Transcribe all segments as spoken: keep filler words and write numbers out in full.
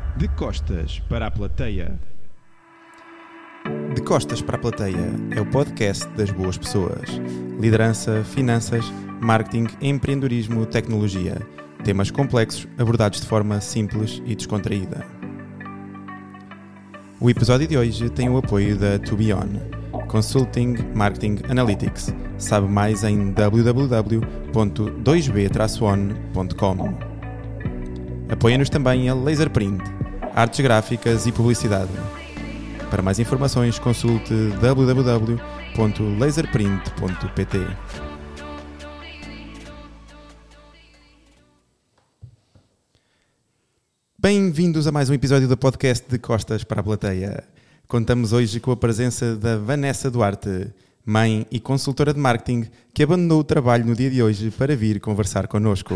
De costas para a plateia. De Costas para a Plateia é o podcast das boas pessoas. Liderança, finanças, marketing, empreendedorismo, tecnologia. Temas complexos abordados de forma simples e descontraída. O episódio de hoje tem o apoio da To Be On, Consulting Marketing Analytics. Sabe mais em w w w ponto dois b traço on ponto com. Apoia-nos também a Laserprint, artes gráficas e publicidade. Para mais informações, consulte w w w ponto laserprint ponto p t. Bem-vindos a mais um episódio do podcast De Costas para a Plateia. Contamos hoje com a presença da Vanessa Duarte, mãe e consultora de marketing, que abandonou o trabalho no dia de hoje para vir conversar connosco.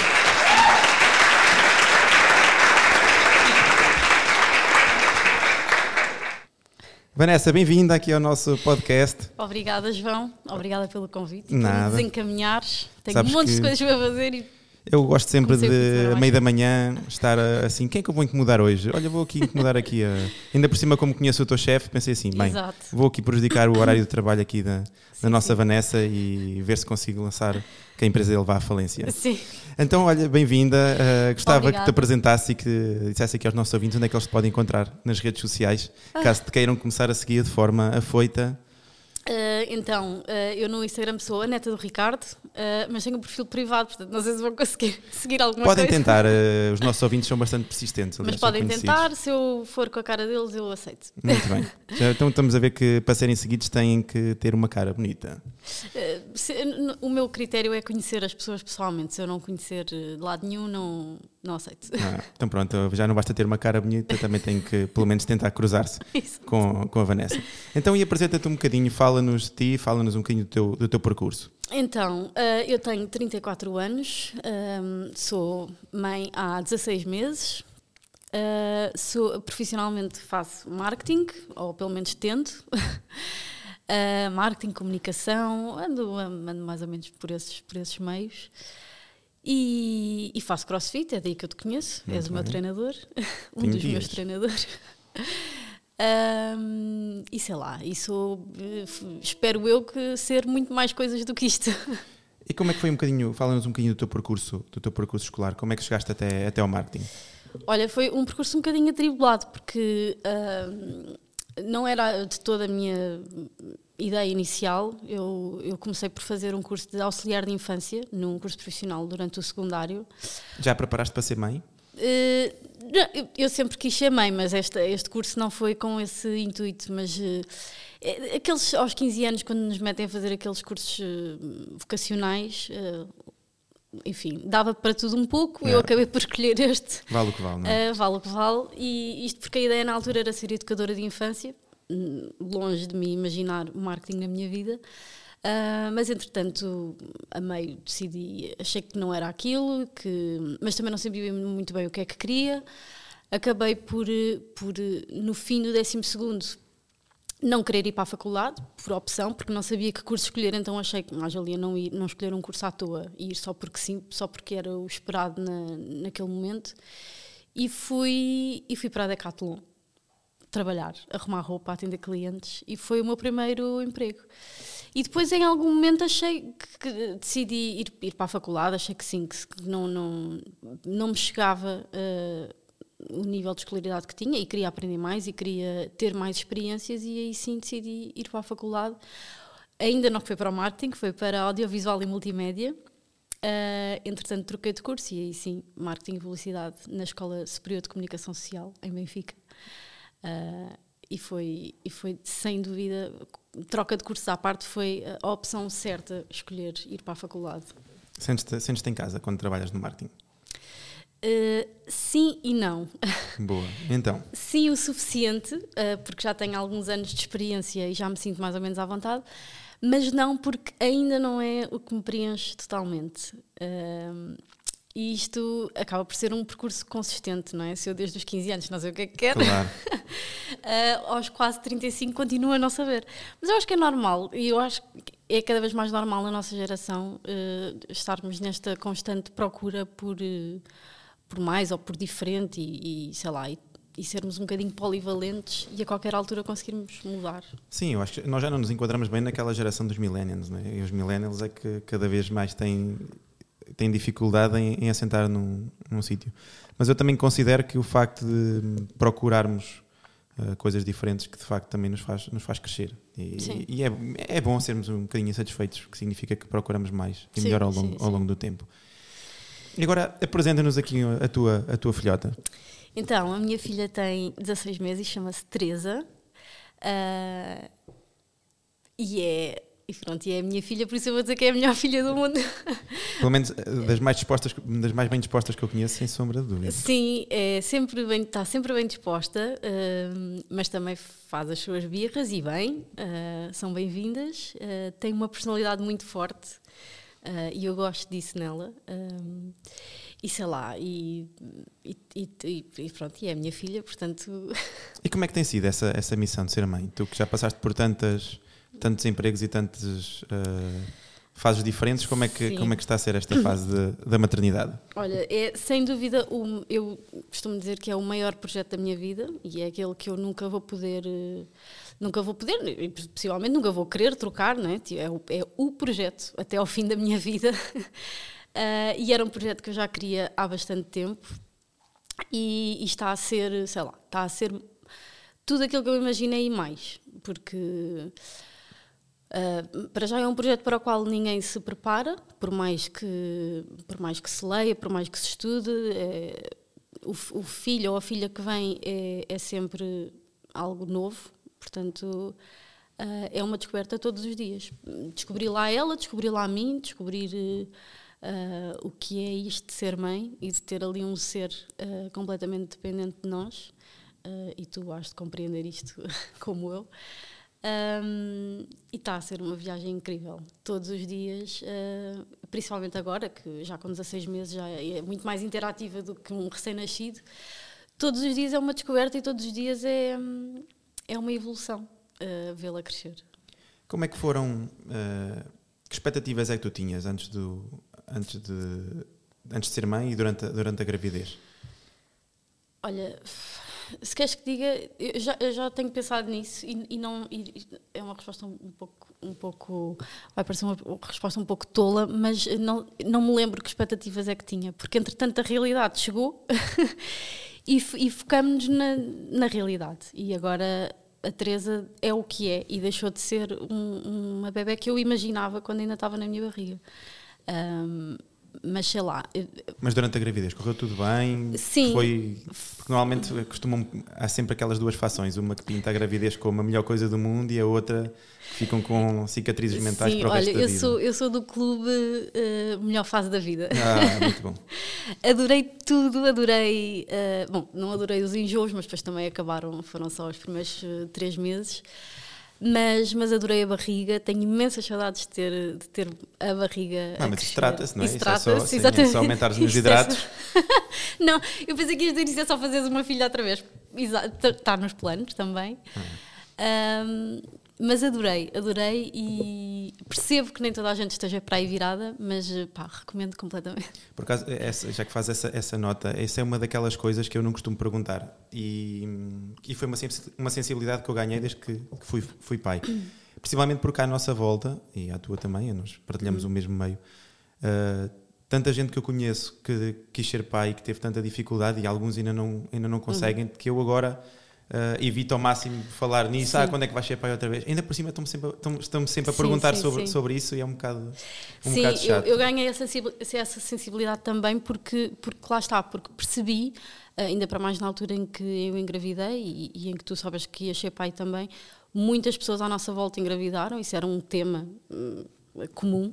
Vanessa, bem-vinda aqui ao nosso podcast. Obrigada, João. Obrigada pelo convite. Nada. Por me desencaminhares. Tenho Sabes um monte que de coisas para fazer e... Eu gosto sempre Comecei a de, fazer a meio da manhã, estar a- assim, quem é que eu vou incomodar hoje? Olha, vou aqui incomodar aqui, a... ainda por cima como conheço o teu chefe, pensei assim, bem, Exato. vou aqui prejudicar o horário de trabalho aqui da, da Sim, nossa sim. Vanessa e ver se consigo lançar que a empresa dele vá à falência. Sim. Então, olha, bem-vinda, uh, gostava Obrigada. que te apresentasse e que dissesse aqui aos nossos ouvintes onde é que eles te podem encontrar nas redes sociais, caso te queiram começar a seguir de forma afoita. Uh, então, uh, eu no Instagram sou a neta do Ricardo, uh, mas tenho um perfil privado, portanto não sei se vou conseguir seguir alguma Podem coisa. tentar, uh, os nossos ouvintes são bastante persistentes. Mas aliás, são podem conhecidos. tentar, se eu for com a cara deles, eu aceito. Muito bem. Já, então estamos a ver que para serem seguidos têm que ter uma cara bonita. Uh, se- n- o meu critério é conhecer as pessoas pessoalmente. Se eu não conhecer uh, de lado nenhum, não, não aceito. Ah, então pronto, já não basta ter uma cara bonita, também tem que pelo menos tentar cruzar-se Isso. com, com a Vanessa. Então e apresenta-te um bocadinho, fala-nos de ti, fala-nos um bocadinho do teu, do teu percurso. Então, uh, eu tenho trinta e quatro anos, um, sou mãe há dezasseis meses, uh, sou, profissionalmente faço marketing, ou pelo menos tento, uh, marketing, comunicação, ando, ando mais ou menos por esses, por esses meios. E, e faço crossfit, é daí que eu te conheço, Muito és o meu bem. treinador, um Tenho dos dias. meus treinadores. Um, e sei lá, e sou, eh, f- espero eu que ser muito mais coisas do que isto. E como é que foi um bocadinho, fala-nos um bocadinho do teu percurso, do teu percurso escolar, como é que chegaste até, até ao marketing? Olha, foi um percurso um bocadinho atribulado, porque ahm, não era de toda a minha ideia inicial. Eu, eu comecei por fazer um curso de auxiliar de infância, num curso profissional durante o secundário. Já preparaste para ser mãe? Eh, não, eu- eu sempre quis ser mãe, mas esta, este curso não foi com esse intuito. Mas eh, eh, aqueles aos quinze anos, quando nos metem a fazer aqueles cursos eh, vocacionais, eh, enfim, dava para tudo um pouco. Eu É. acabei por escolher este. Vale o que vale, não é? Uh, vale o que vale, e isto porque a ideia na altura era ser educadora de infância, hum, longe de me imaginar o marketing na minha vida, Uh, mas entretanto a meio decidi, achei que não era aquilo, que, mas também não sabia muito bem o que é que queria. Acabei por, eh, por eh, no fim do décimo segundo não querer ir para a faculdade, por opção, porque não sabia que curso escolher, então achei que mais valia não, ir, não escolher um curso à toa e ir só porque sim, só porque era o esperado na, naquele momento. E fui, e fui para a Decathlon trabalhar, arrumar roupa, atender clientes, e foi o meu primeiro emprego. E depois em algum momento achei que, que decidi ir, ir para a faculdade, achei que sim, que, que não, não, não me chegava uh, o nível de escolaridade que tinha, e queria aprender mais e queria ter mais experiências, e aí sim decidi ir para a faculdade. Ainda não foi para o marketing, foi para audiovisual e multimédia. Uh, entretanto troquei de curso, e aí sim, marketing e publicidade na Escola Superior de Comunicação Social, em Benfica. Uh, e, foi, e foi sem dúvida, troca de cursos à parte, foi a opção certa, escolher ir para a faculdade. Sentes-te, sentes-te em casa quando trabalhas no marketing? Uh, sim e não. Boa. Então, Sim o suficiente, uh, porque já tenho alguns anos de experiência e já me sinto mais ou menos à vontade, mas não porque ainda não é o que me preenche totalmente. Uh, E isto acaba por ser um percurso consistente, não é? Se eu desde os quinze anos não sei o que é que quero, claro. uh, aos quase trinta e cinco continuo a não saber. Mas eu acho que é normal, e eu acho que é cada vez mais normal na nossa geração uh, estarmos nesta constante procura por, uh, por mais ou por diferente e, e sei lá, e, e sermos um bocadinho polivalentes e a qualquer altura conseguirmos mudar. Sim, eu acho que nós já não nos enquadramos bem naquela geração dos millennials, não é? E os millennials é que cada vez mais têm, têm dificuldade em, em assentar num, num sítio. Mas eu também considero que o facto de procurarmos uh, coisas diferentes que de facto também nos faz, nos faz crescer. E, e é, é bom sermos um bocadinho insatisfeitos, porque significa que procuramos mais e sim, melhor ao longo, sim, sim. ao longo do tempo. E agora apresenta-nos aqui a tua, a tua filhota. Então, a minha filha tem dezasseis meses, chama-se Teresa, uh, e, é, e, pronto, e é a minha filha, por isso eu vou dizer que é a melhor filha do mundo. Pelo menos das mais, dispostas, das mais bem dispostas que eu conheço, sem sombra de dúvida. Sim, é sempre bem, está sempre bem disposta, uh, mas também faz as suas birras e bem, uh, são bem-vindas, uh, tem uma personalidade muito forte uh, e eu gosto disso nela. Uh, E sei lá, e, e, e, e pronto, e é a minha filha, portanto... E como é que tem sido essa, essa missão de ser mãe? Tu que já passaste por tantas, tantos empregos e tantas uh, fases diferentes, como é, que, como é que está a ser esta fase de, da maternidade? Olha, é sem dúvida, o, eu costumo dizer que é o maior projeto da minha vida e é aquele que eu nunca vou poder... Nunca vou poder, e possivelmente nunca vou querer trocar, não é? É o, é o projeto até ao fim da minha vida. Uh, e era um projeto que eu já queria há bastante tempo e, e está a ser, sei lá, está a ser tudo aquilo que eu imaginei e mais, porque uh, para já é um projeto para o qual ninguém se prepara, por mais que, por mais que se leia, por mais que se estude, é, o, o filho ou a filha que vem é, é sempre algo novo, portanto... Uh, é uma descoberta todos os dias. Descobrir lá ela, descobrir lá a mim, descobrir... Uh, Uh, o que é isto de ser mãe e de ter ali um ser uh, completamente dependente de nós, uh, e tu has de compreender isto como eu, um, e está a ser uma viagem incrível todos os dias, uh, principalmente agora que já com dezasseis meses já é muito mais interativa do que um recém-nascido. Todos os dias é uma descoberta e todos os dias é, é uma evolução, uh, vê-la crescer. Como é que foram, uh, que expectativas é que tu tinhas antes do Antes de, antes de ser mãe e durante a, durante a gravidez? Olha, se queres que diga, eu já, eu já tenho pensado nisso e, e não e é uma resposta um pouco, um pouco vai parecer uma resposta um pouco tola, mas não, não me lembro que expectativas é que tinha, porque entretanto a realidade chegou e, e focamos-nos na, na realidade e agora a Teresa é o que é e deixou de ser um, uma bebé que eu imaginava quando ainda estava na minha barriga. Um, mas sei lá. Mas durante a gravidez correu tudo bem? Sim. Foi, porque normalmente costumam, há sempre aquelas duas fações, uma que pinta a gravidez como a melhor coisa do mundo e a outra que ficam com cicatrizes mentais Sim, para o olha, resto da eu vida. Sou, eu sou do clube uh, melhor fase da vida. Ah, muito bom. Adorei tudo, adorei, uh, bom, não adorei os enjoos, mas depois também acabaram, foram só os primeiros uh, três meses. Mas, mas adorei a barriga, tenho imensas saudades de ter, de ter a barriga. Ah, mas isso trata-se, não é? Isso, isso trata-se, é só, sim, é só aumentar os hidratos. É... não, eu pensei que ias dizer isso é só fazeres uma filha outra vez. Está nos planos também. Ah. Um, mas adorei, adorei e percebo que nem toda a gente esteja para aí virada, mas pá, recomendo completamente. Por acaso, essa, já que faz essa, essa nota, essa é uma daquelas coisas que eu não costumo perguntar e, e foi uma, uma sensibilidade que eu ganhei desde que, que fui, fui pai. Principalmente porque à nossa volta, e à tua também, nós partilhamos hum. o mesmo meio, uh, tanta gente que eu conheço que quis ser pai, que teve tanta dificuldade e alguns ainda não, ainda não conseguem, hum. que eu agora... Uh, evito ao máximo falar nisso. Ah, quando é que vais ser pai outra vez? Ainda por cima estão-me sempre, estão sempre a perguntar sim, sim, sim. Sobre, sobre isso e é um bocado, um sim, bocado chato. Eu, eu ganhei essa, essa sensibilidade também porque, porque lá está, porque percebi, ainda para mais na altura em que eu engravidei e, e em que tu sabes que ias ser pai também, muitas pessoas à nossa volta engravidaram, isso era um tema hum, comum.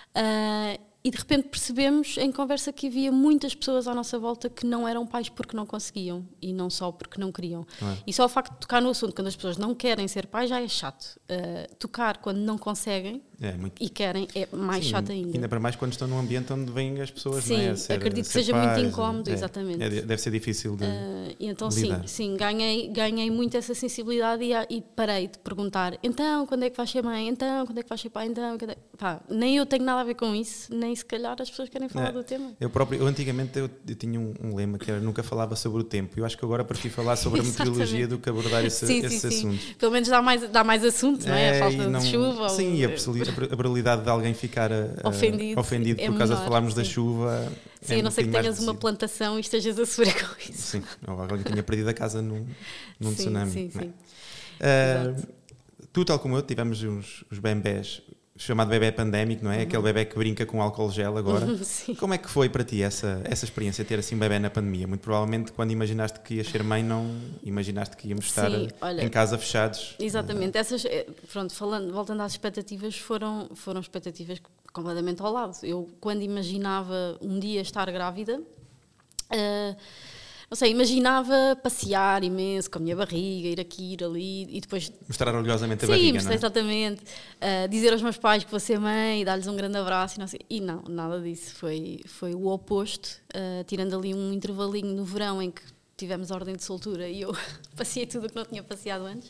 Uh, E de repente percebemos em conversa que havia muitas pessoas à nossa volta que não eram pais porque não conseguiam e não só porque não queriam. É. E só o facto de tocar no assunto quando as pessoas não querem ser pais já é chato. Uh, tocar quando não conseguem É, muito... e querem, é mais Sim, chato ainda. Ainda para mais quando estão num ambiente onde vêm as pessoas, Sim, não é? A ser, acredito a que ser seja pais, muito incómodo, é, exatamente. É, deve ser difícil de Uh, e então lidar. sim, sim, ganhei, ganhei muito essa sensibilidade e, e parei de perguntar, então, quando é que vais ser mãe? Então, quando é que vais ser pai? Então, quando é... Pá, nem eu tenho nada a ver com isso, nem se calhar as pessoas querem falar é, do tema. Eu próprio, eu antigamente eu, eu tinha um, um lema que era nunca falava sobre o tempo. Eu acho que agora prefiro falar sobre a meteorologia do que abordar esse, sim, esses sim, sim. assuntos. Pelo menos dá mais, dá mais assunto, não é? A falta não, de chuva. Sim, ou... e a, a probabilidade de alguém ficar a, ofendido, ofendido é por causa menor, de falarmos sim. da chuva. Sim, é a não ser que tenhas uma reduzido. plantação e estejas a sofrer com isso. Sim, ou alguém tinha perdido a casa num, num sim, tsunami. Sim, sim. Uh, tu, tal como eu, tivemos uns, os bebés, chamado bebé pandémico, não é? Uhum. Aquele bebé que brinca com álcool gel agora. Uhum, sim. Como é que foi para ti essa, essa experiência, ter assim um bebé na pandemia? Muito provavelmente quando imaginaste que ias ser mãe, não imaginaste que íamos estar sim, olha, em casa fechados. Exatamente. Essas, pronto, falando, voltando às expectativas, foram, foram expectativas completamente ao lado. Eu, quando imaginava um dia estar grávida, uh, não sei, imaginava passear imenso com a minha barriga, ir aqui, ir ali e depois... Mostrar orgulhosamente a sim, barriga, não é? Exatamente. Uh, dizer aos meus pais que vou ser mãe e dar-lhes um grande abraço e não sei. E não, nada disso. Foi, foi o oposto. Uh, tirando ali um intervalinho no verão em que tivemos a ordem de soltura e eu passei tudo o que não tinha passeado antes.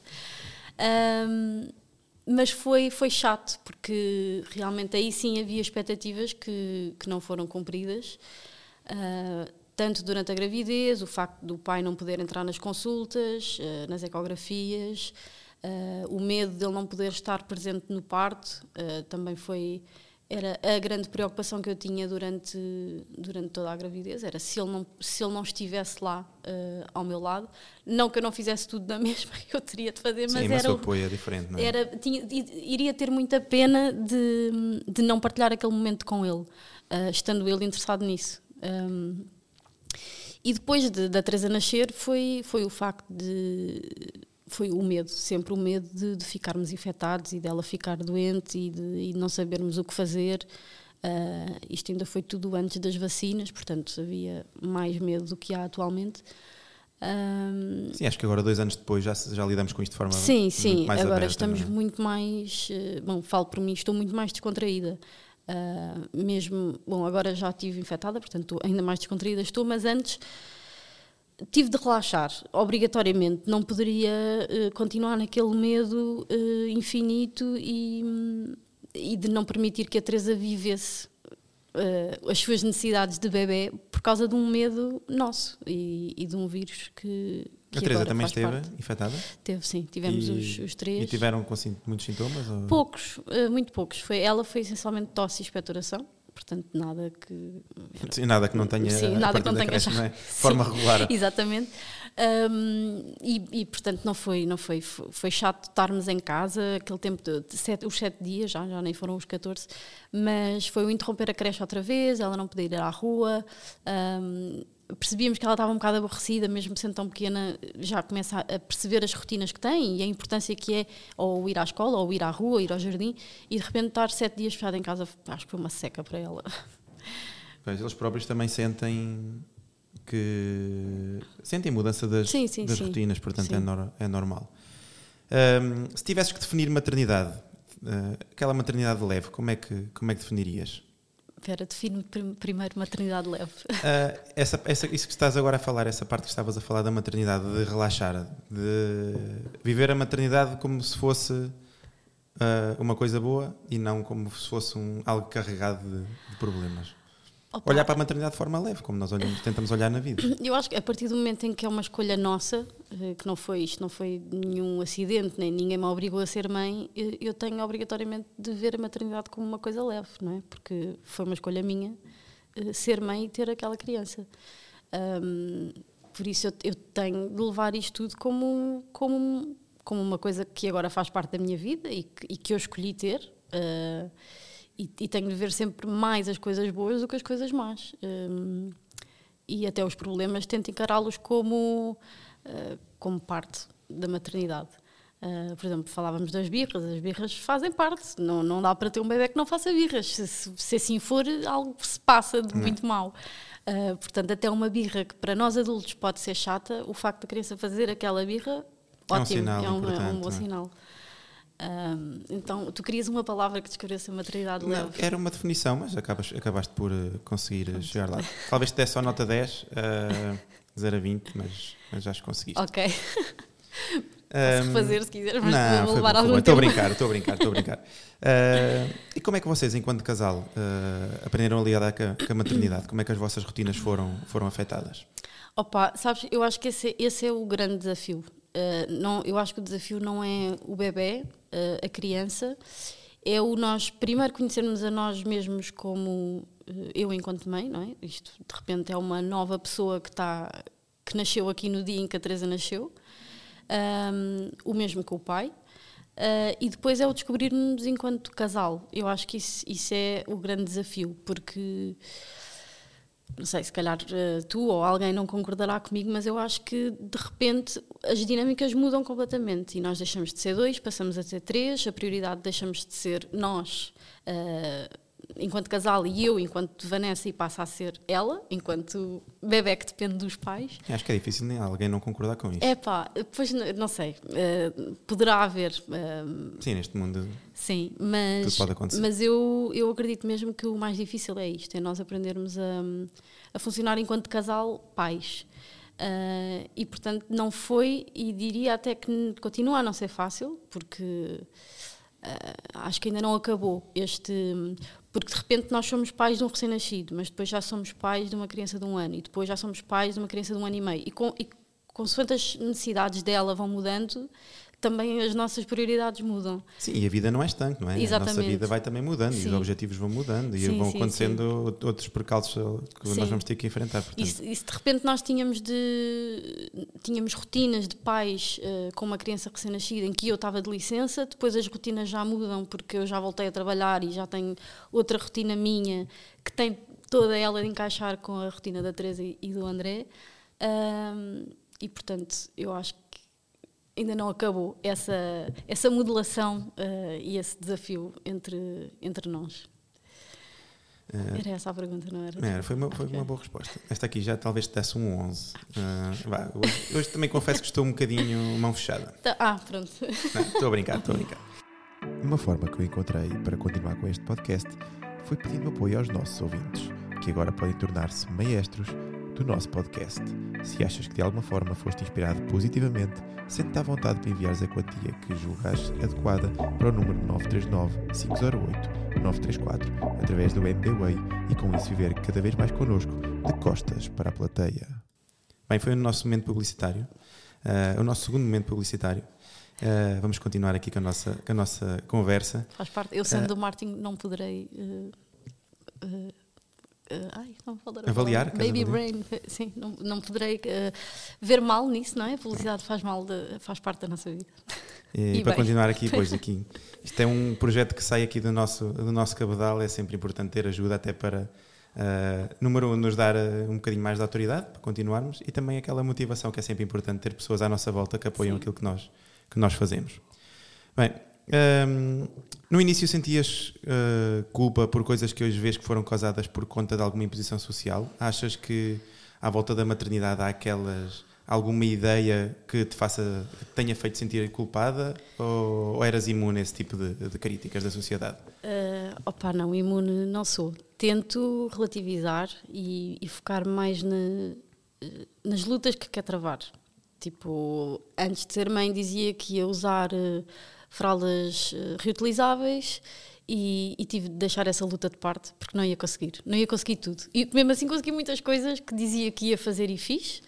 Um, mas foi, foi chato, porque realmente aí sim havia expectativas que, que não foram cumpridas. Uh, tanto durante a gravidez, o facto do pai não poder entrar nas consultas, uh, nas ecografias, uh, o medo de ele não poder estar presente no parto, uh, também foi, era a grande preocupação que eu tinha durante, durante toda a gravidez, era se ele não, se ele não estivesse lá uh, ao meu lado, não que eu não fizesse tudo da mesma que eu teria de fazer, mas, sim, mas era, o apoio é diferente, não é? Era, tinha, iria ter muita pena de, de não partilhar aquele momento com ele, uh, estando ele interessado nisso. Um, E depois de, da Teresa nascer foi, foi o facto de... Foi o medo, sempre o medo de, de ficarmos infectados e dela ficar doente e de, e de não sabermos o que fazer. Uh, isto ainda foi tudo antes das vacinas, portanto havia mais medo do que há atualmente. Um, sim, acho que agora, dois anos depois, já, já lidamos com isto de forma sim, muito sim, mais agora aberta, estamos é? muito mais... Uh, bom, falo por mim, estou muito mais descontraída. Uh, mesmo, bom, agora já estive infectada, portanto ainda mais descontraída estou, mas antes tive de relaxar, obrigatoriamente, não poderia uh, continuar naquele medo uh, infinito e, e de não permitir que a Teresa vivesse uh, as suas necessidades de bebê por causa de um medo nosso e, e de um vírus que, que a Teresa também faz esteve parte. infectada? Teve, sim, tivemos e, os, os três. E tiveram com assim, muitos sintomas? Ou? Poucos, uh, muito poucos. Foi, ela foi essencialmente tosse e expectoração, portanto nada que... Sim, nada que não tenha sim, a nada partir que não da tenha creche, já... não é? De forma sim, regular. Exatamente. Um, e, e, portanto, não foi, não foi, foi chato estarmos em casa, aquele tempo de, de sete, os sete dias, já, já nem foram os catorze, mas foi o interromper a creche outra vez, ela não podia ir à rua, um, percebíamos que ela estava um bocado aborrecida, mesmo sendo tão pequena, já começa a perceber as rotinas que tem e a importância que é ou ir à escola, ou ir à rua, ir ao jardim, e de repente estar sete dias fechada em casa, acho que foi uma seca para ela. Pois, eles próprios também sentem que sentem mudança das, sim, sim, das sim. rotinas, portanto sim. é, nor, é normal. Um, se tivesses que definir maternidade, uh, aquela maternidade leve, como é que, como é que definirias? Espera, define primeiro maternidade leve. Uh, essa, essa, isso que estás agora a falar, essa parte que estavas a falar da maternidade, de relaxar, de viver a maternidade como se fosse uh, uma coisa boa e não como se fosse um, algo carregado de, de problemas. Opa. Olhar para a maternidade de forma leve, como nós olhamos, tentamos olhar na vida. Eu acho que a partir do momento em que é uma escolha nossa, que não foi isto, não foi nenhum acidente, nem ninguém me obrigou a ser mãe, eu tenho obrigatoriamente de ver a maternidade como uma coisa leve, não é? Porque foi uma escolha minha ser mãe e ter aquela criança. Um, por isso eu, eu tenho de levar isto tudo como, como, como uma coisa que agora faz parte da minha vida e que, e que eu escolhi ter. Uh, E, e tenho de ver sempre mais as coisas boas do que as coisas más. Um, e até os problemas tento encará-los como, uh, como parte da maternidade. Uh, por exemplo, falávamos das birras. As birras fazem parte. Não, não dá para ter um bebê que não faça birras. Se, se, se assim for, algo se passa de muito mal. Uh, portanto, até uma birra que para nós adultos pode ser chata, o facto da criança fazer aquela birra, é ótimo, um sinal é um, importante, é um bom não é? sinal. Um, então, tu querias uma palavra que descrevesse a maternidade Não, leve? era uma definição, mas acabas, acabaste por uh, conseguir Pronto. chegar lá. Talvez te desse só nota dez, uh, zero a vinte, mas, mas já conseguiste. Ok. Posso refazer se quiser, mas não, vou levar bom, algum tempo. Estou a brincar, estou a brincar, estou a brincar. Uh, e como é que vocês, enquanto casal, uh, aprenderam a lidar com a, com a maternidade? Como é que as vossas rotinas foram, foram afetadas? Opa, sabes, eu acho que esse, esse é o grande desafio. Uh, não, eu acho que o desafio não é o bebê, uh, a criança, é o nós primeiro conhecermos a nós mesmos como uh, eu enquanto mãe, não é? Isto de repente é uma nova pessoa que, tá, que nasceu aqui no dia em que a Teresa nasceu, um, o mesmo que o pai, uh, e depois é o descobrir-nos enquanto casal. Eu acho que isso, isso é o grande desafio, porque... Não sei, se calhar uh, tu ou alguém não concordará comigo, mas eu acho que de repente as dinâmicas mudam completamente e nós deixamos de ser dois, passamos a ser três, a prioridade deixamos de ser nós uh, enquanto casal e eu enquanto Vanessa e passa a ser ela, enquanto bebé que depende dos pais. Acho que é difícil nem alguém não concordar com isso. É pá, pois não sei, uh, poderá haver. Uh, sim, neste mundo sim, mas, tudo pode acontecer. Mas eu, eu acredito mesmo que o mais difícil é isto, é nós aprendermos a, a funcionar enquanto casal pais. Uh, e portanto não foi, e diria até que continua a não ser fácil, porque uh, acho que ainda não acabou este... Porque de repente nós somos pais de um recém-nascido, mas depois já somos pais de uma criança de um ano, e depois já somos pais de uma criança de um ano e meio. E, com, e consoante as necessidades dela vão mudando, também as nossas prioridades mudam. Sim, e a vida não é estanque, não é? Exatamente. A nossa vida vai também mudando, sim. E os objetivos vão mudando, e sim, vão sim, acontecendo sim. outros percalços que sim. nós vamos ter que enfrentar. E se, e se de repente nós tínhamos, de, tínhamos rotinas de pais uh, com uma criança recém-nascida em que eu estava de licença, depois as rotinas já mudam porque eu já voltei a trabalhar e já tenho outra rotina minha que tem toda ela de encaixar com a rotina da Teresa e, e do André. Um, e portanto, eu acho que ainda não acabou essa, essa modelação uh, e esse desafio entre, entre nós. Uh, era essa a pergunta, não era? era foi uma, foi okay. uma boa resposta. Esta aqui já talvez te desse um onze. Uh, vá, hoje, hoje também confesso que estou um bocadinho mão fechada. Tá, ah, pronto. Não, estou a brincar, estou a brincar. Uma forma que eu encontrei para continuar com este podcast foi pedindo apoio aos nossos ouvintes, que agora podem tornar-se maestros do nosso podcast. Se achas que de alguma forma foste inspirado positivamente, sente-te à vontade para enviares a quantia que julgares adequada para o número nove três nove, cinco zero oito, nove três quatro através do M B Way e com isso viver cada vez mais connosco de costas para a plateia. Bem, foi o nosso momento publicitário, uh, o nosso segundo momento publicitário. Uh, vamos continuar aqui com a nossa, com a nossa conversa. Faz parte. Eu sendo uh, do marketing não poderei... Uh, uh, Uh, ai, não vou avaliar baby brain, sim, não, não poderei uh, ver mal nisso, não é? A publicidade faz mal, de, faz parte da nossa vida. E, e para bem. continuar aqui, pois aqui, isto é um projeto que sai aqui do nosso, do nosso cabedal, é sempre importante ter ajuda até para, uh, número um, nos dar uh, um bocadinho mais de autoridade para continuarmos e também aquela motivação que é sempre importante ter pessoas à nossa volta que apoiam sim. aquilo que nós, que nós fazemos. Bem, um, no início sentias uh, culpa por coisas que hoje vês que foram causadas por conta de alguma imposição social? Achas que à volta da maternidade há aquelas, alguma ideia que te faça, que te tenha feito sentir culpada ou, ou eras imune a esse tipo de, de críticas da sociedade? Uh, opa, não, imune não sou. Tento relativizar e, e focar mais na, nas lutas que quer travar. Tipo, antes de ser mãe dizia que ia usar... Uh, fraldas uh, reutilizáveis e, e tive de deixar essa luta de parte porque não ia conseguir, não ia conseguir tudo e mesmo assim consegui muitas coisas que dizia que ia fazer e fiz,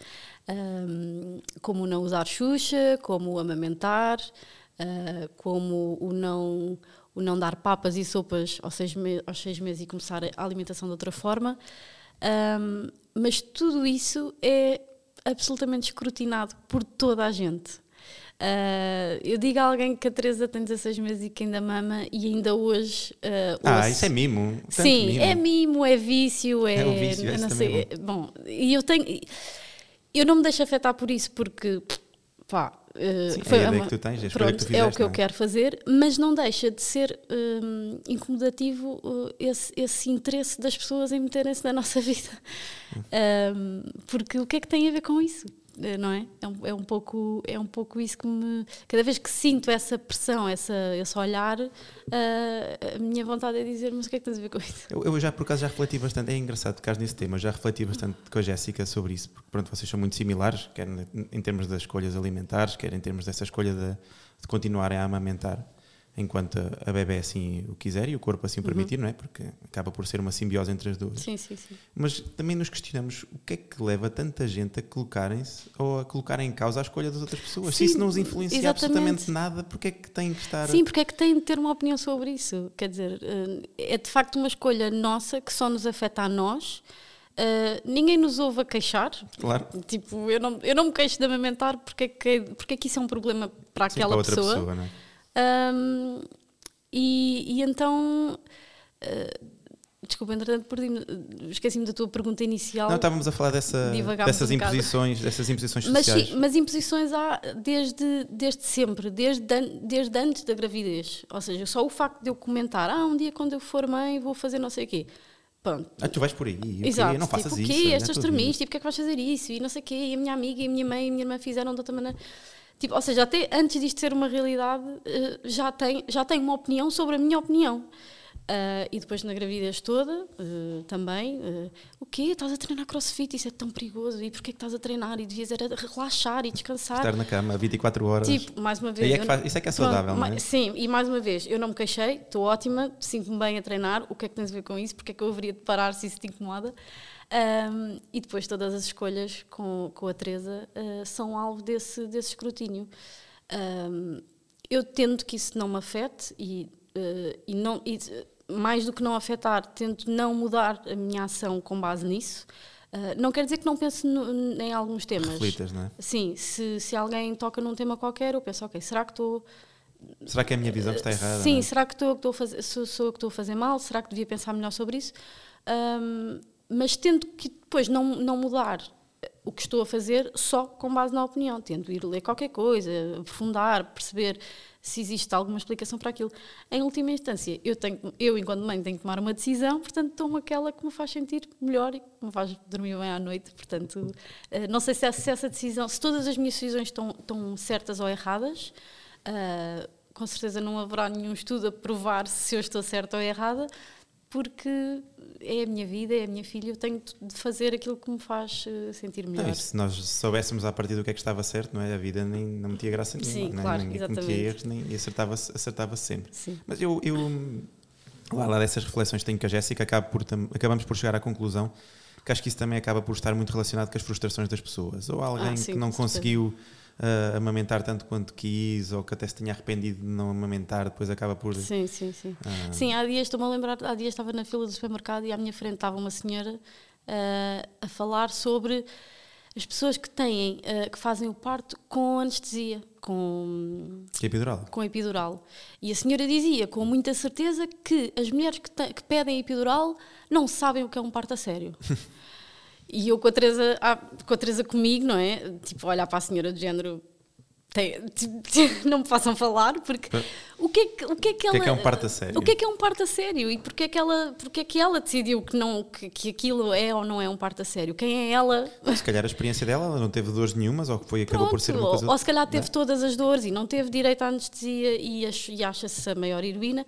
um, como não usar Xuxa, como amamentar, uh, como o não, o não dar papas e sopas aos seis, me- aos seis meses e começar a alimentação de outra forma, um, mas tudo isso é absolutamente escrutinado por toda a gente. Uh, eu digo a alguém que a Teresa tem dezasseis meses e que ainda mama e ainda hoje uh, ah, ouço. Isso é mimo. Tanto sim, mimo. é mimo, é vício, é, é um vício, não sei, é, bom, e eu tenho eu não me deixo afetar por isso porque pá, uh, sim, foi é a ideia uma, que tu tens, a pronto, que tu fizeste, é o que não? eu quero fazer, mas não deixa de ser um, incomodativo uh, esse, esse interesse das pessoas em meterem-se na nossa vida, um, porque o que é que tem a ver com isso? não é? É um, é um pouco, é um pouco isso que me... Cada vez que sinto essa pressão, essa, esse olhar, uh, a minha vontade é dizer, mas o que é que tens a ver com isso? Eu, eu já, por acaso, já refleti bastante, é engraçado tocar nesse tema, já refleti bastante com a Jéssica sobre isso, porque pronto, vocês são muito similares, quer em termos das escolhas alimentares, quer em termos dessa escolha de, de continuarem a amamentar enquanto a bebé assim o quiser e o corpo assim o permitir, uhum. não é? Porque acaba por ser uma simbiose entre as duas. Sim, sim, sim. Mas também nos questionamos o que é que leva tanta gente a colocarem-se ou a colocarem em causa a escolha das outras pessoas. Sim, se isso não os influencia exatamente. absolutamente nada, porque é que têm que estar... Sim, porque é que têm de ter uma opinião sobre isso. Quer dizer, é de facto uma escolha nossa que só nos afeta a nós. Uh, ninguém nos ouve a queixar. Claro. Tipo, eu não, eu não me queixo de amamentar porque é que, porque é que isso é um problema para aquela Sim, para outra pessoa. pessoa, não é? Um, e, e então uh, desculpa, entretanto perdi-me, esqueci-me da tua pergunta inicial. Não, estávamos a falar dessa, dessas, um imposições, dessas imposições sociais. Mas, mas imposições há desde, desde sempre, desde, desde antes da gravidez. Ou seja, só o facto de eu comentar, ah, um dia quando eu for mãe vou fazer não sei o quê. Pronto. Ah, tu vais por aí, exato, não faças tipo, isso. O quê? Estas extremistas, e porque é que vais fazer isso? E não sei o quê, e a minha amiga e a minha mãe e a minha irmã fizeram de outra maneira. Tipo, ou seja, até antes disto ser uma realidade, já tenho, já tenho uma opinião sobre a minha opinião. Uh, e depois na gravidez toda, uh, também, uh, o quê? Estás a treinar crossfit? Isso é tão perigoso. E porquê que estás a treinar? E devias era relaxar e descansar. Estar na cama vinte e quatro horas. Tipo, mais uma vez... É que faz, isso é que é saudável, pronto, não é? Sim, e mais uma vez, eu não me queixei, estou ótima, sinto-me bem a treinar. O que é que tens a ver com isso? Porque é que eu haveria de parar se isso te incomoda? Um, e depois todas as escolhas com, com a Teresa uh, são alvo desse, desse escrutínio. Um, eu tento que isso não me afete e, uh, e, não, e mais do que não afetar, tento não mudar a minha ação com base nisso. Uh, não quer dizer que não pense no, em alguns temas. Reflitas, não é? Sim, se, se alguém toca num tema qualquer, eu penso, ok, será que estou... Será que é a minha visão que está errada? Sim, não é? será que estou, estou a fazer, sou, sou eu que estou a fazer mal? Será que devia pensar melhor sobre isso? Um, mas tento que depois não, não mudar o que estou a fazer só com base na opinião. Tento ir ler qualquer coisa, aprofundar, perceber se existe alguma explicação para aquilo. Em última instância, eu, tenho, eu enquanto mãe, tenho que tomar uma decisão, portanto, tomo aquela que me faz sentir melhor e que me faz dormir bem à noite. Portanto, não sei se essa, se essa decisão, se todas as minhas decisões estão, estão certas ou erradas, uh, com certeza não haverá nenhum estudo a provar se eu estou certa ou errada, porque é a minha vida, é a minha filha, eu tenho de fazer aquilo que me faz sentir melhor. Não, se nós soubéssemos a partir do que é que estava certo, não é? A vida nem, não metia graça nenhuma. Sim, não é? claro, Ninguém exatamente. cometia erros nem, e acertava-se acertava sempre. Sim. Mas eu, eu lá, lá dessas reflexões que tenho com a Jéssica, acabo por, acabamos por chegar à conclusão que acho que isso também acaba por estar muito relacionado com as frustrações das pessoas. Ou alguém ah, sim, que não conseguiu uh, amamentar tanto quanto quis, ou que até se tinha arrependido de não amamentar, depois acaba por... Sim, sim, sim. Uh... Sim, há dias, estou-me a lembrar, há dias estava na fila do supermercado e à minha frente estava uma senhora uh, a falar sobre as pessoas que têm, uh, que fazem o parto com anestesia, com... epidural. Com epidural. E a senhora dizia com muita certeza que as mulheres que, te, que pedem epidural não sabem o que é um parto a sério. E eu com a Teresa, ah, com a Teresa comigo, não é? Tipo, olhar para a senhora de género, tem, tipo, não me façam falar, porque o que é que, o que, é que ela... O que é que é um parto a sério? O que é que é um parto a sério? E porquê é que ela, porquê é que ela decidiu que, não, que, que aquilo é ou não é um parto a sério? Quem é ela? Se calhar a experiência dela, ela não teve dores nenhumas, ou foi, acabou Pronto, por ser uma coisa... Ou, ou se calhar teve não? todas as dores e não teve direito à anestesia e, e acha-se a maior heroína.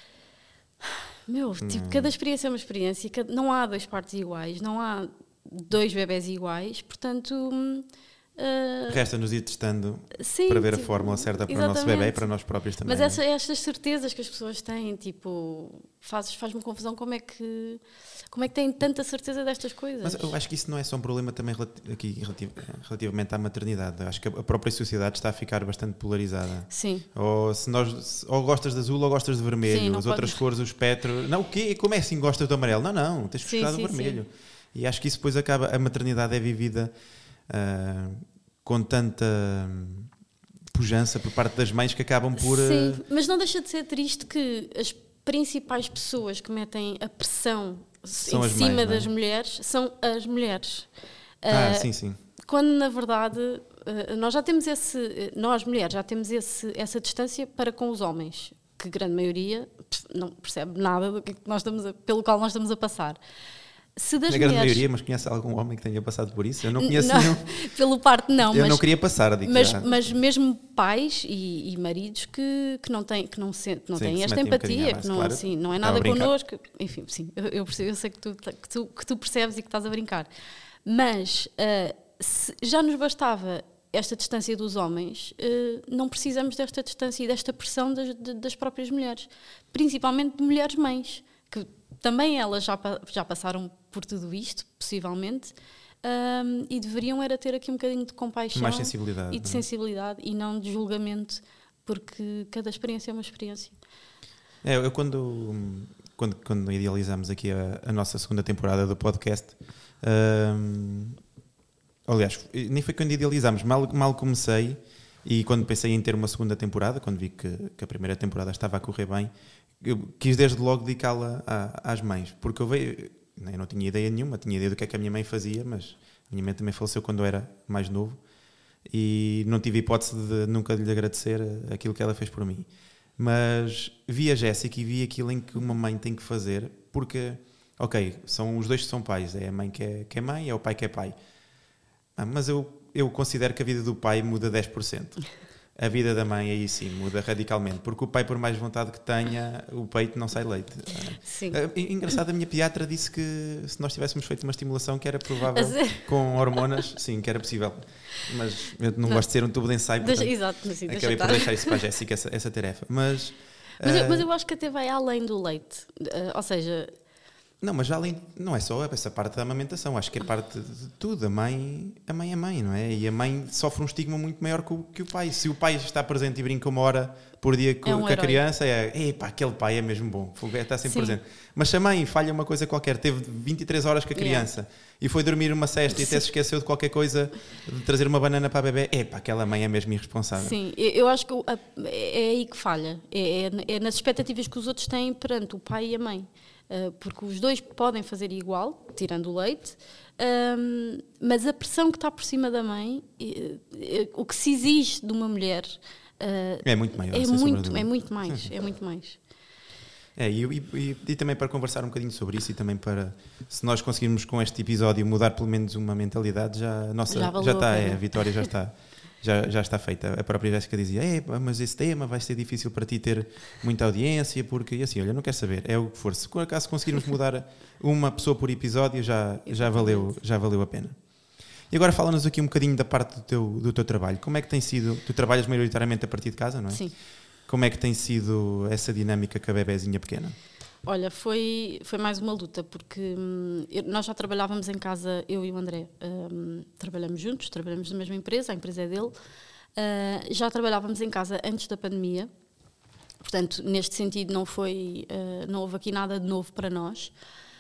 Meu, tipo, hum. cada experiência é uma experiência, cada, não há dois partos iguais, não há dois bebés iguais, portanto... Uh, Resta-nos ir testando sim, para ver tipo, a fórmula certa para exatamente. o nosso bebê e para nós próprios também. Mas essa, estas certezas que as pessoas têm, tipo, faz, faz-me confusão como é que como é que têm tanta certeza destas coisas. Mas eu acho que isso não é só um problema também aqui relativ, relativamente à maternidade. Acho que a própria sociedade está a ficar bastante polarizada. Sim. Ou, se nós, ou gostas de azul ou gostas de vermelho. Sim, as outras pode... cores, o espectro... Não, o quê? Como é assim gostas do amarelo? Não, não, tens que gostar do vermelho. Sim. E acho que isso depois acaba... A maternidade é vivida... Uh, com tanta pujança por parte das mães que acabam por... Sim, mas não deixa de ser triste que as principais pessoas que metem a pressão são em cima mães, das é? mulheres são as mulheres. Ah, uh, sim, sim. Quando, na verdade, uh, nós já temos esse... Nós, mulheres, já temos esse, essa distância para com os homens, que a grande maioria não percebe nada do que nós estamos a, pelo qual nós estamos a passar. Se das Na grande mulheres... maioria, mas conhece algum homem que tenha passado por isso? Eu não conheço não, nenhum. Pelo parte não, Eu mas, não queria passar, digo mas, já. mas mesmo pais e, e maridos que, que não têm, que não se, que não Sim, têm que se esta metem um empatia, bocadinho a que mais, não, claro. assim, não é Estava nada a brincar. connosco. Enfim, sim, eu, eu percebo, eu sei que tu, que, tu, que tu percebes e que estás a brincar. Mas uh, se já nos bastava esta distância dos homens, uh, não precisamos desta distância e desta pressão das, de, das próprias mulheres. Principalmente de mulheres mães, que também elas já, já passaram por tudo isto, possivelmente, um, e deveriam era ter aqui um bocadinho de compaixão Mais sensibilidade, e de sensibilidade e não de julgamento, porque cada experiência é uma experiência. É, eu quando, quando, quando idealizámos aqui a, a nossa segunda temporada do podcast, hum, aliás, nem foi quando idealizámos, mal, mal comecei, e quando pensei em ter uma segunda temporada, quando vi que, que a primeira temporada estava a correr bem, eu quis desde logo dedicá-la a, às mães, porque eu, veio, eu não tinha ideia nenhuma, tinha ideia do que é que a minha mãe fazia, mas a minha mãe também faleceu quando eu era mais novo e não tive hipótese de nunca lhe agradecer aquilo que ela fez por mim. Mas vi a Jéssica e vi aquilo em que uma mãe tem que fazer, porque, ok, são os dois que são pais, é a mãe que é, que é mãe, é o pai que é pai, ah, mas eu, eu considero que a vida do pai muda dez por cento. A vida da mãe aí sim muda radicalmente, porque o pai, por mais vontade que tenha, o peito não sai leite. Sim. Engraçado, a minha pediatra disse que se nós tivéssemos feito uma estimulação que era provável, com hormonas, sim, que era possível. Mas eu não, não. gosto de ser um tubo de ensaio, portanto, deixa, exato, assim, acabei por deixar isso para a Jéssica, essa, essa tarefa. Mas, mas, uh, eu, mas eu acho que até vai além do leite, uh, ou seja... Não, mas já além, não é só essa parte da amamentação, acho que é parte de tudo. A mãe, a mãe é mãe, não é? E a mãe sofre um estigma muito maior que o, que o pai. Se o pai está presente e brinca uma hora por dia com, é um com a criança, é, epá, aquele pai é mesmo bom, está sempre Sim. presente. Mas se a mãe falha uma coisa qualquer, teve vinte e três horas com a criança yeah. e foi dormir uma cesta e até se esqueceu de qualquer coisa, de trazer uma banana para a bebê, epá, aquela mãe é mesmo irresponsável. Sim, eu acho que é aí que falha. É, é, é nas expectativas que os outros têm perante o pai e a mãe. Uh, porque os dois podem fazer igual, tirando o leite, um, mas a pressão que está por cima da mãe, uh, uh, o que se exige de uma mulher uh, é muito maior. É muito, é muito mais, é muito mais. É, e, e, e também para conversar um bocadinho sobre isso e também para, se nós conseguirmos com este episódio mudar pelo menos uma mentalidade, já, a nossa, já, já está, é, a vitória já está. Já, já está feita. A própria Jéssica dizia, é, mas esse tema vai ser difícil para ti ter muita audiência, porque, e assim, olha, não quero saber, é o que for. Se por acaso conseguirmos mudar uma pessoa por episódio, já, já, valeu, já valeu a pena. E agora fala-nos aqui um bocadinho da parte do teu, do teu trabalho. Como é que tem sido, tu trabalhas maioritariamente a partir de casa, não é? Sim. Como é que tem sido essa dinâmica com a bebezinha pequena? Olha, foi, foi mais uma luta, porque hum, eu, nós já trabalhávamos em casa, eu e o André, hum, trabalhamos juntos, trabalhamos na mesma empresa, a empresa é dele, uh, já trabalhávamos em casa antes da pandemia, portanto, neste sentido não foi, uh, não houve aqui nada de novo para nós,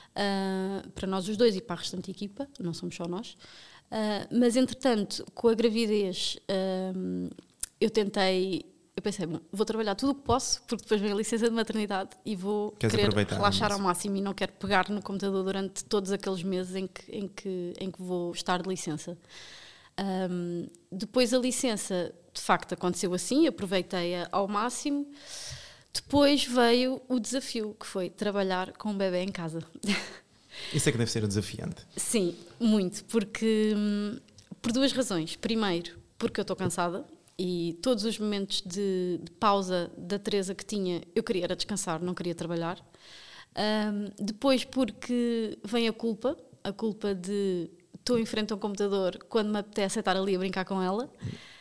uh, para nós os dois e para a restante equipa, não somos só nós, uh, mas entretanto, com a gravidez, uh, eu tentei... Eu pensei, bom, vou trabalhar tudo o que posso, porque depois vem a licença de maternidade e vou Queres querer relaxar ao máximo e não quero pegar no computador durante todos aqueles meses em que, em que, em que vou estar de licença. Um, depois a licença, de facto, aconteceu assim, aproveitei-a ao máximo. Depois veio o desafio, que foi trabalhar com um bebê em casa. Isso é que deve ser desafiante. Sim, muito, porque hum, por duas razões. Primeiro, porque eu estou cansada. E todos os momentos de, de pausa da Teresa que tinha, eu queria era descansar, não queria trabalhar. Um, depois porque vem a culpa, a culpa de estou em frente a um computador quando me apetece estar ali a brincar com ela.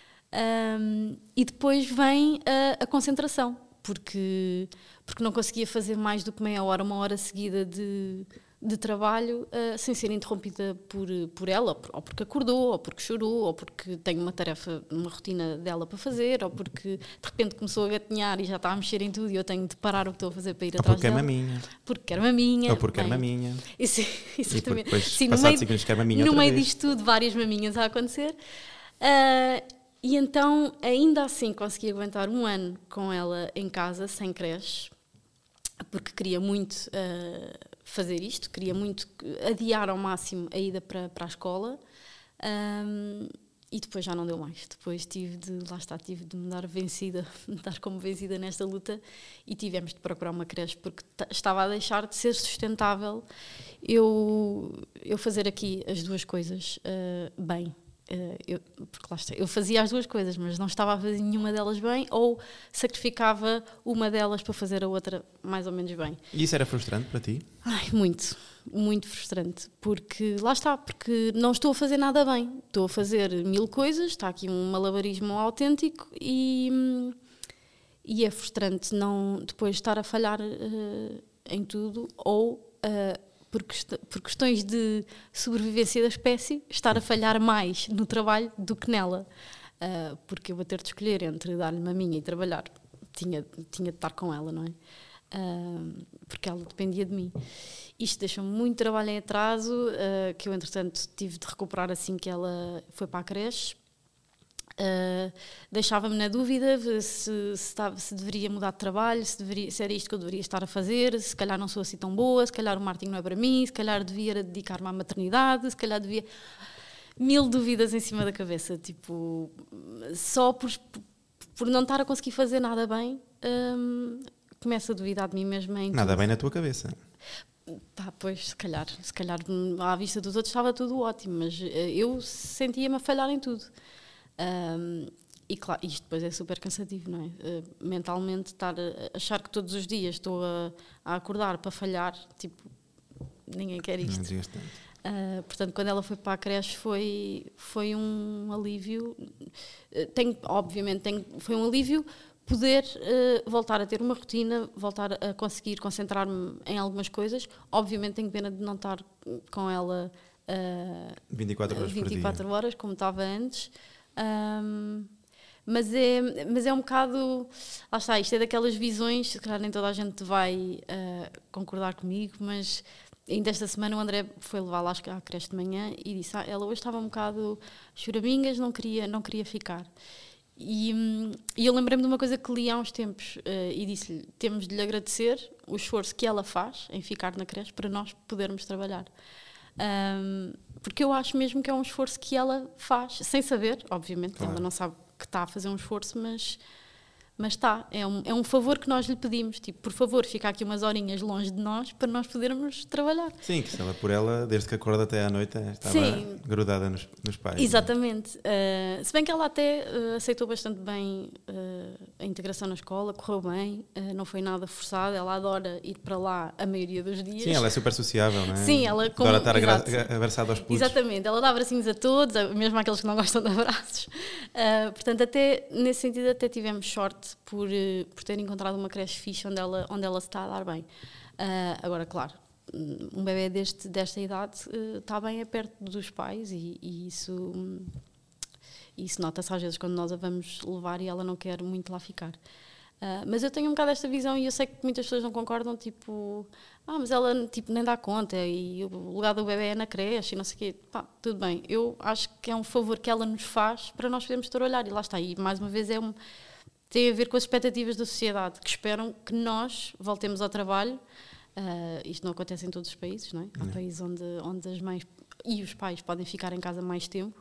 Um, e depois vem a, a concentração, porque, porque não conseguia fazer mais do que meia hora, uma hora seguida de... de trabalho uh, sem ser interrompida por, por ela, ou porque acordou, ou porque chorou, ou porque tem uma tarefa, uma rotina dela para fazer, ou porque de repente começou a gatinhar e já está a mexer em tudo e eu tenho de parar o que estou a fazer para ir ou atrás porque dela. Porque quer maminha. Porque quer maminha. Ou porque quer maminha. Isso, exatamente. Depois, Sim, passado no meio, segundos, quer maminha no outra meio vez. disto tudo, várias maminhas a acontecer. Uh, e então, ainda assim, consegui aguentar um ano com ela em casa, sem creche, porque queria muito... Uh, fazer isto, queria muito adiar ao máximo a ida para, para a escola um, e depois já não deu mais. Depois tive de, lá está, tive de me dar vencida, me dar como vencida nesta luta e tivemos de procurar uma creche porque t- estava a deixar de ser sustentável eu, eu fazer aqui as duas coisas uh, bem. Uh, eu, porque lá está, eu fazia as duas coisas, mas não estava a fazer nenhuma delas bem ou sacrificava uma delas para fazer a outra mais ou menos bem. E isso era frustrante para ti? Ai, muito, muito frustrante, porque lá está, porque não estou a fazer nada bem, estou a fazer mil coisas, está aqui um malabarismo autêntico e, e é frustrante não depois estar a falhar uh, em tudo ou uh, por, quest- por questões de sobrevivência da espécie, estar a falhar mais no trabalho do que nela, uh, porque eu vou ter de escolher entre dar-lhe maminha e trabalhar, tinha, tinha de estar com ela, não é? Uh, porque ela dependia de mim. Isto deixou-me muito trabalho em atraso, uh, que eu entretanto tive de recuperar assim que ela foi para a creche. Uh, deixava-me na dúvida se, se, estava, se deveria mudar de trabalho, se, deveria, se era isto que eu deveria estar a fazer, se calhar não sou assim tão boa, se calhar o marketing não é para mim, se calhar devia dedicar-me à maternidade, se calhar devia... Mil dúvidas em cima da cabeça, tipo, só por, por não estar a conseguir fazer nada bem, um, começo a duvidar de mim mesma em Nada tudo. bem na tua cabeça. Pá, pois, se calhar, se calhar à vista dos outros estava tudo ótimo, mas eu sentia-me a falhar em tudo. Um, e claro, isto depois é super cansativo, não é? Uh, mentalmente estar a achar que todos os dias estou a, a acordar para falhar, tipo, ninguém quer isto. Não dizias tanto. Uh, portanto, quando ela foi para a creche foi, foi um alívio. Uh, tenho, obviamente, tenho, foi um alívio poder uh, voltar a ter uma rotina, voltar a conseguir concentrar-me em algumas coisas. Obviamente tenho pena de não estar com ela uh, vinte e quatro horas vinte e quatro por dia. horas, como estava antes. Um, mas, é, mas é um bocado... Lá está, isto é daquelas visões, se calhar nem toda a gente vai uh, concordar comigo, mas ainda esta semana o André foi levá-la à creche de manhã e disse, ah, ela hoje estava um bocado choramingas, não queria, não queria ficar. E, e eu lembrei-me de uma coisa que li há uns tempos uh, e disse-lhe, temos de lhe agradecer o esforço que ela faz em ficar na creche para nós podermos trabalhar. Um, porque eu acho mesmo que é um esforço que ela faz, sem saber, obviamente, claro. Ela não sabe que está a fazer um esforço, mas, mas está, é um, é um favor que nós lhe pedimos, tipo, por favor, fica aqui umas horinhas longe de nós para nós podermos trabalhar. Sim, que se ela por ela, desde que acorda até à noite, estava Sim. grudada nos, nos pais. Exatamente. Uh, se bem que ela até uh, aceitou bastante bem uh, a integração na escola, correu bem, uh, não foi nada forçado, ela adora ir para lá a maioria dos dias. Sim, ela é super sociável, não é? Sim, ela... Com, adora estar agra- abraçada aos putos. Exatamente, ela dá abracinhos a todos, mesmo àqueles que não gostam de abraços. Uh, portanto, até, nesse sentido, até tivemos sorte por, uh, por ter encontrado uma creche fixe onde ela, onde ela se está a dar bem. Uh, agora, claro, um bebê deste, desta idade uh, está bem é perto dos pais e, e isso, um, isso nota-se às vezes quando nós a vamos levar e ela não quer muito lá ficar. Uh, mas eu tenho um bocado esta visão e eu sei que muitas pessoas não concordam, tipo, ah, mas ela tipo, nem dá conta e o lugar do bebê é na creche e não sei o quê. Pá, tudo bem, eu acho que é um favor que ela nos faz para nós podermos estar a olhar e lá está, e mais uma vez é um, tem a ver com as expectativas da sociedade, que esperam que nós voltemos ao trabalho. Uh, isto não acontece em todos os países, não é? Há não. países onde, onde as mães e os pais podem ficar em casa mais tempo.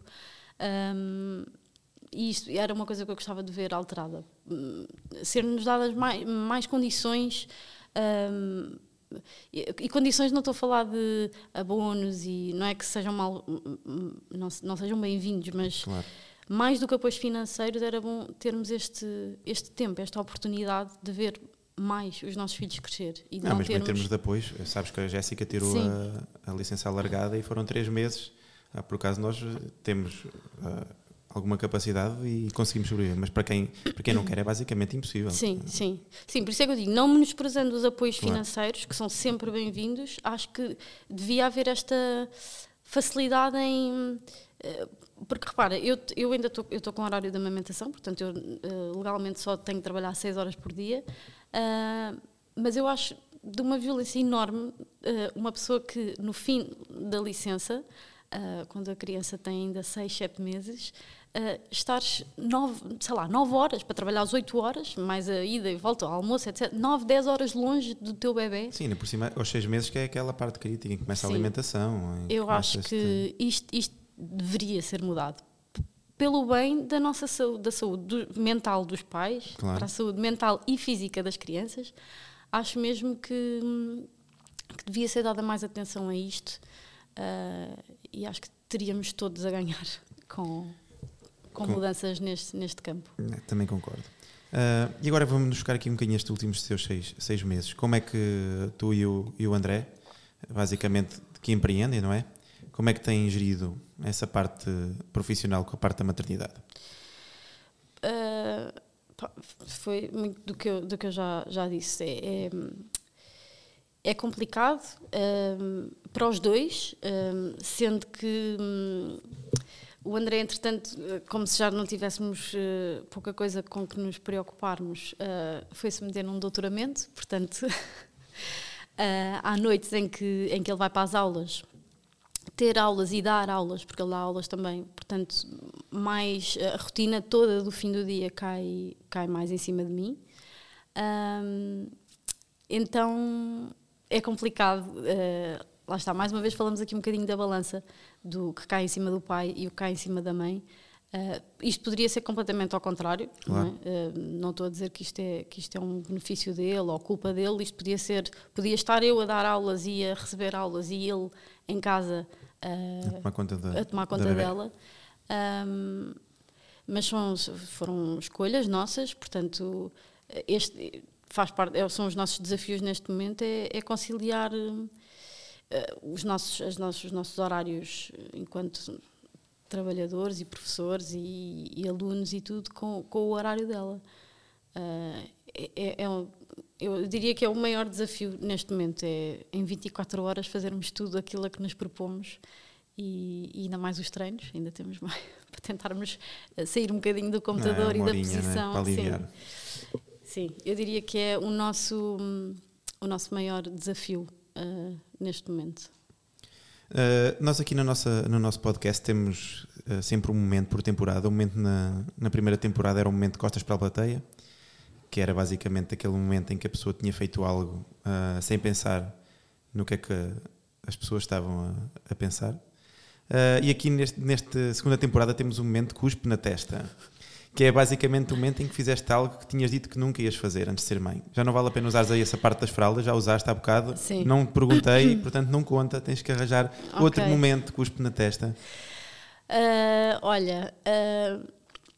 Um, e isto era uma coisa que eu gostava de ver alterada. Um, ser-nos dadas mais, mais condições, um, e, e condições não estou a falar de abonos e não é que sejam mal, não, não sejam bem-vindos, mas claro. Mais do que apoios financeiros era bom termos este, este tempo, esta oportunidade de ver mais os nossos filhos crescer. E não, não mesmo termos... em termos de apoios, sabes que a Jéssica tirou a, a licença alargada e foram três meses. Ah, por acaso nós temos uh, alguma capacidade e conseguimos sobreviver, mas para quem, para quem não quer é basicamente impossível. Sim, sim. Sim, por isso é que eu digo, não menosprezando os apoios claro. financeiros, que são sempre bem-vindos, acho que devia haver esta facilidade em... Porque repara, eu, eu ainda estou com o horário de amamentação, portanto eu uh, legalmente só tenho que trabalhar seis horas por dia, uh, mas eu acho de uma violência enorme uh, uma pessoa que no fim da licença, uh, quando a criança tem ainda seis, sete meses, uh, estares nove, sei lá, nove horas para trabalhar às oito horas, mais a ida e volta ao almoço, etcétera. nove, dez horas longe do teu bebê. Sim, por cima, aos seis meses que é aquela parte crítica em que começa Sim. a alimentação. Eu acho que isto, isto deveria ser mudado. pelo bem da nossa saúde, da saúde do, mental dos pais, claro. para a saúde mental e física das crianças. Acho mesmo que, que devia ser dada mais atenção a isto, uh, e acho que teríamos todos a ganhar com, com, com mudanças neste, neste campo. Também concordo. Uh, e agora vamos buscar aqui um bocadinho estes últimos seus seis, seis meses. Como é que tu e o, e o André, basicamente, que empreendem, não é? Como é que têm gerido essa parte profissional com a parte da maternidade? Uh, pá, foi muito do que eu, do que eu já, já disse. É, é, é complicado um, para os dois, um, sendo que um, o André, entretanto, como se já não tivéssemos uh, pouca coisa com que nos preocuparmos, uh, foi-se meter num doutoramento. Portanto, uh, há noites em que, em que ele vai para as aulas, ter aulas e dar aulas, porque ele dá aulas também, portanto, mais a rotina toda do fim do dia cai, cai mais em cima de mim. Um, então é complicado. Uh, lá está, mais uma vez falamos aqui um bocadinho da balança do que cai em cima do pai e o que cai em cima da mãe. Uh, isto poderia ser completamente ao contrário, claro. Não é? Uh, não estou a dizer que isto, é, que isto é um benefício dele ou culpa dele. Isto podia ser, podia estar eu a dar aulas e a receber aulas e ele em casa uh, a tomar conta, da, a tomar conta da dela. Um, mas são, foram escolhas nossas, portanto, este faz parte, são os nossos desafios neste momento, é, é conciliar uh, os, nossos, as nossos, os nossos horários enquanto trabalhadores e professores e, e alunos e tudo com, com o horário dela. Uh, é, é um, eu diria que é o maior desafio neste momento, é em vinte e quatro horas fazermos tudo aquilo a que nos propomos e, e ainda mais os treinos, ainda temos mais para tentarmos sair um bocadinho do computador Não, é e da horinha, posição. Né? Para aliviar. Sim. Sim, eu diria que é o nosso, o nosso maior desafio uh, neste momento. Uh, nós aqui na nossa, no nosso podcast temos uh, sempre um momento por temporada. O momento na, na primeira temporada era um momento de costas para a plateia, que era basicamente aquele momento em que a pessoa tinha feito algo uh, sem pensar no que é que as pessoas estavam a, a pensar. Uh, e aqui neste, nesta segunda temporada temos um momento de cuspe na testa, que é basicamente o momento em que fizeste algo que tinhas dito que nunca ias fazer antes de ser mãe. Já não vale a pena usares aí essa parte das fraldas, já usaste há bocado. Sim. Não te perguntei, portanto não conta, tens que arranjar Okay. outro momento de cuspe na testa. Uh, olha, uh,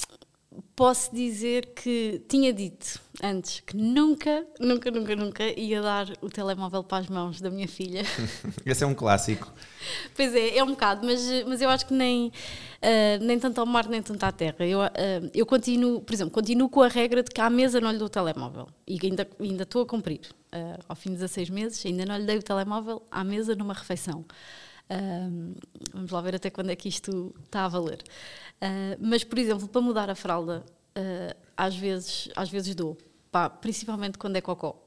posso dizer que tinha dito antes que nunca, nunca, nunca, nunca ia dar o telemóvel para as mãos da minha filha. Esse é um clássico. Pois é, é um bocado, mas, mas eu acho que nem, uh, nem tanto ao mar, nem tanto à terra. Eu, uh, eu continuo, por exemplo, continuo com a regra de que à mesa não lhe dou o telemóvel. E ainda, ainda estou a cumprir. Uh, ao fim de dezasseis meses, ainda não lhe dei o telemóvel à mesa numa refeição. Uh, vamos lá ver até quando é que isto está a valer. Uh, mas, por exemplo, para mudar a fralda, uh, às vezes, às vezes dou. Pá, principalmente quando é cocó.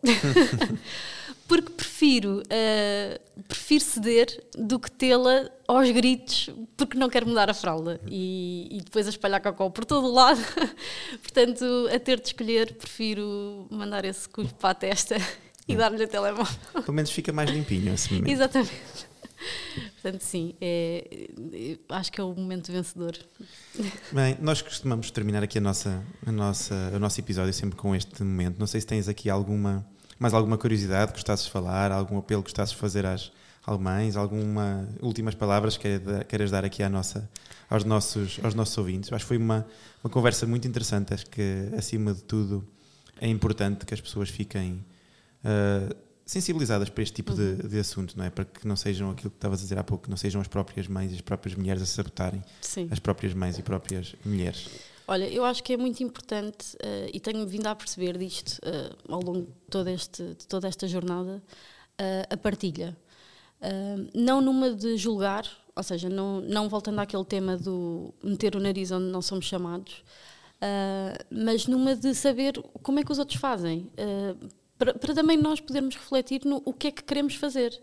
Porque prefiro, uh, prefiro ceder do que tê-la aos gritos porque não quero mudar a fralda e, e depois a espalhar cocó por todo o lado. Portanto, a ter de escolher, prefiro mandar esse cuspe para a testa e dar-lhe o telemóvel. Pelo menos fica mais limpinho esse momento. Exatamente. Portanto, sim, é, é, acho que é o momento vencedor. Bem, nós costumamos terminar aqui a nossa, a nossa, o nosso episódio sempre com este momento. Não sei se tens aqui alguma, mais alguma curiosidade que gostasses de falar, algum apelo que gostasses de fazer às, às mães, alguma últimas palavras que queiras dar aqui à nossa, aos, nossos, aos nossos ouvintes. Acho que foi uma, uma conversa muito interessante. Acho que, acima de tudo, é importante que as pessoas fiquem Uh, sensibilizadas para este tipo uhum. de, de assunto, não é? Para que não sejam aquilo que estavas a dizer há pouco, que não sejam as próprias mães e as próprias mulheres a sabotarem Sim. as próprias mães e próprias mulheres. Olha, eu acho que é muito importante uh, e tenho vindo a perceber disto uh, ao longo de, todo este, de toda esta jornada, uh, a partilha. Uh, não numa de julgar, ou seja, não, não voltando àquele tema do meter o nariz onde não somos chamados, uh, mas numa de saber como é que os outros fazem. Uh, Para, para também nós podermos refletir no o que é que queremos fazer.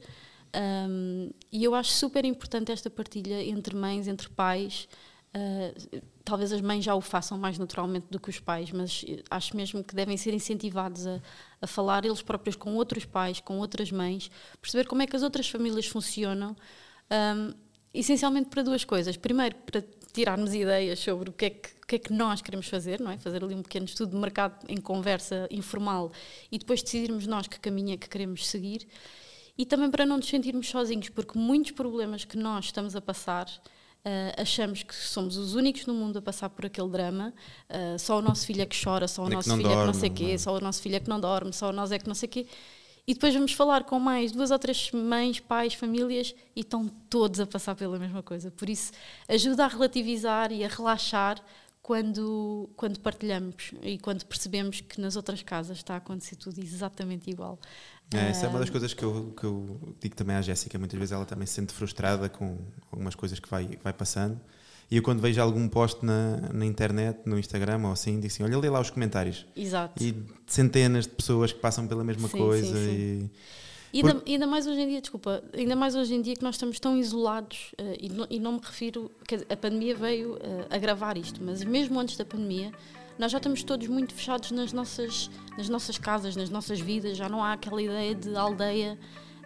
Um, e eu acho super importante esta partilha entre mães, entre pais. Uh, talvez as mães já o façam mais naturalmente do que os pais, mas acho mesmo que devem ser incentivados a, a falar eles próprios com outros pais, com outras mães, perceber como é que as outras famílias funcionam, um, essencialmente para duas coisas. Primeiro, para tirarmos ideias sobre o que, é que, o que é que nós queremos fazer, não é? Fazer ali um pequeno estudo de mercado em conversa informal e depois decidirmos nós que caminho é que queremos seguir. E também para não nos sentirmos sozinhos, porque muitos problemas que nós estamos a passar, uh, achamos que somos os únicos no mundo a passar por aquele drama, uh, só o nosso filho é que chora, só o Nem nosso que não filho é que não dorme, sei o quê, não é? só o nosso filho é que não dorme, só nós é que não sei o quê. E depois vamos falar com mais duas ou três mães, pais, famílias e estão todos a passar pela mesma coisa. Por isso, ajuda a relativizar e a relaxar quando, quando partilhamos e quando percebemos que nas outras casas está a acontecer tudo exatamente igual. É, essa é uma das coisas que eu, que eu digo também à Jéssica. Muitas vezes ela também se sente frustrada com algumas coisas que vai, vai passando. E eu, quando vejo algum post na, na internet, no Instagram ou assim, digo assim: olha, lê lá os comentários. Exato. E centenas de pessoas que passam pela mesma Sim, coisa. sim, sim. E... E ainda, ainda mais hoje em dia, desculpa, ainda mais hoje em dia que nós estamos tão isolados, uh, e, não, e não me refiro, quer dizer, a pandemia veio uh, agravar isto, mas mesmo antes da pandemia, nós já estamos todos muito fechados nas nossas, nas nossas casas, nas nossas vidas, já não há aquela ideia de aldeia,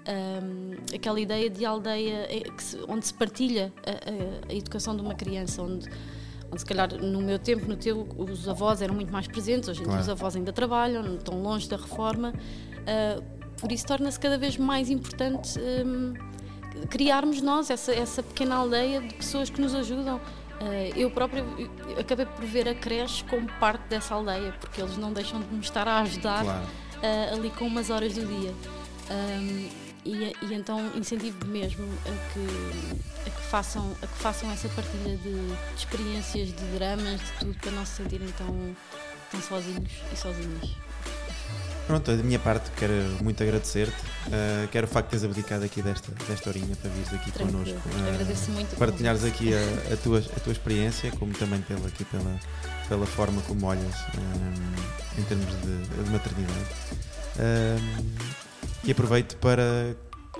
um, aquela ideia de aldeia que se, onde se partilha a, a, a educação de uma criança, onde, onde se calhar no meu tempo, no teu, os avós eram muito mais presentes, hoje em dia Claro. os avós ainda trabalham, estão longe da reforma, uh, por isso torna-se cada vez mais importante um, criarmos nós essa, essa pequena aldeia de pessoas que nos ajudam. Uh, eu própria eu acabei por ver a creche como parte dessa aldeia, porque eles não deixam de me estar a ajudar, Claro. uh, ali com umas horas do dia. Um, e, e então incentivo mesmo a que, a, que façam, a que façam essa partilha de, de experiências, de dramas, de tudo, para não se sentirem tão, tão sozinhos e sozinhas. Pronto, da minha parte quero muito agradecer-te. Uh, quero o facto de teres abdicado aqui desta, desta horinha para vires aqui Tranquilo. connosco. Agradeço muito o Partilhares convite. aqui a, a, tua, a tua experiência, como também pela, aqui pela, pela forma como olhas um, em termos de, de maternidade. Um, e aproveito para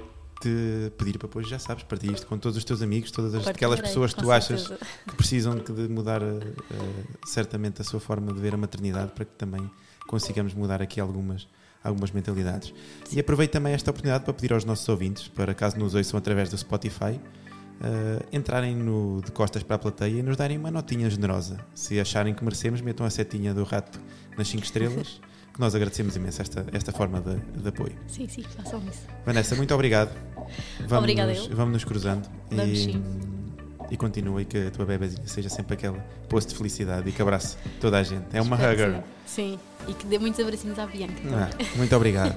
te pedir para depois, já sabes, partilhar isto com todos os teus amigos, todas as, aquelas pessoas que tu achas que precisam de mudar uh, certamente a sua forma de ver a maternidade, para que também consigamos mudar aqui algumas, algumas mentalidades. E aproveito também esta oportunidade para pedir aos nossos ouvintes, para caso nos ouçam através do Spotify, uh, entrarem no De Costas para a Plateia e nos darem uma notinha generosa. Se acharem que merecemos, metam a setinha do rato nas cinco estrelas, que nós agradecemos imenso esta, esta forma de, de apoio. Sim, sim, façam isso. Vanessa, muito obrigado. Vamos Obrigada nos, eu. vamos nos cruzando. Vamos e, sim. E continua, e que a tua bebezinha seja sempre aquela poço de felicidade e que abrace toda a gente. É uma Espero que hugger. Sim. Sim, e que dê muitos abracinhos à Bianca. Ah, muito obrigado.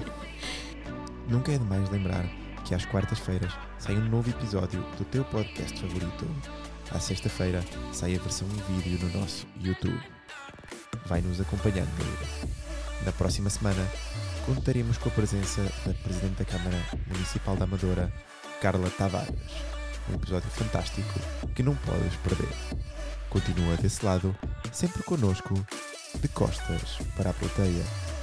Nunca é demais lembrar que às quartas-feiras sai um novo episódio do teu podcast favorito. À sexta-feira sai a versão em vídeo no nosso YouTube. Vai nos acompanhando. Na próxima semana contaremos com a presença da Presidente da Câmara Municipal da Amadora, Carla Tavares. Um episódio fantástico que não podes perder. Continua desse lado, sempre connosco, de costas para a plateia.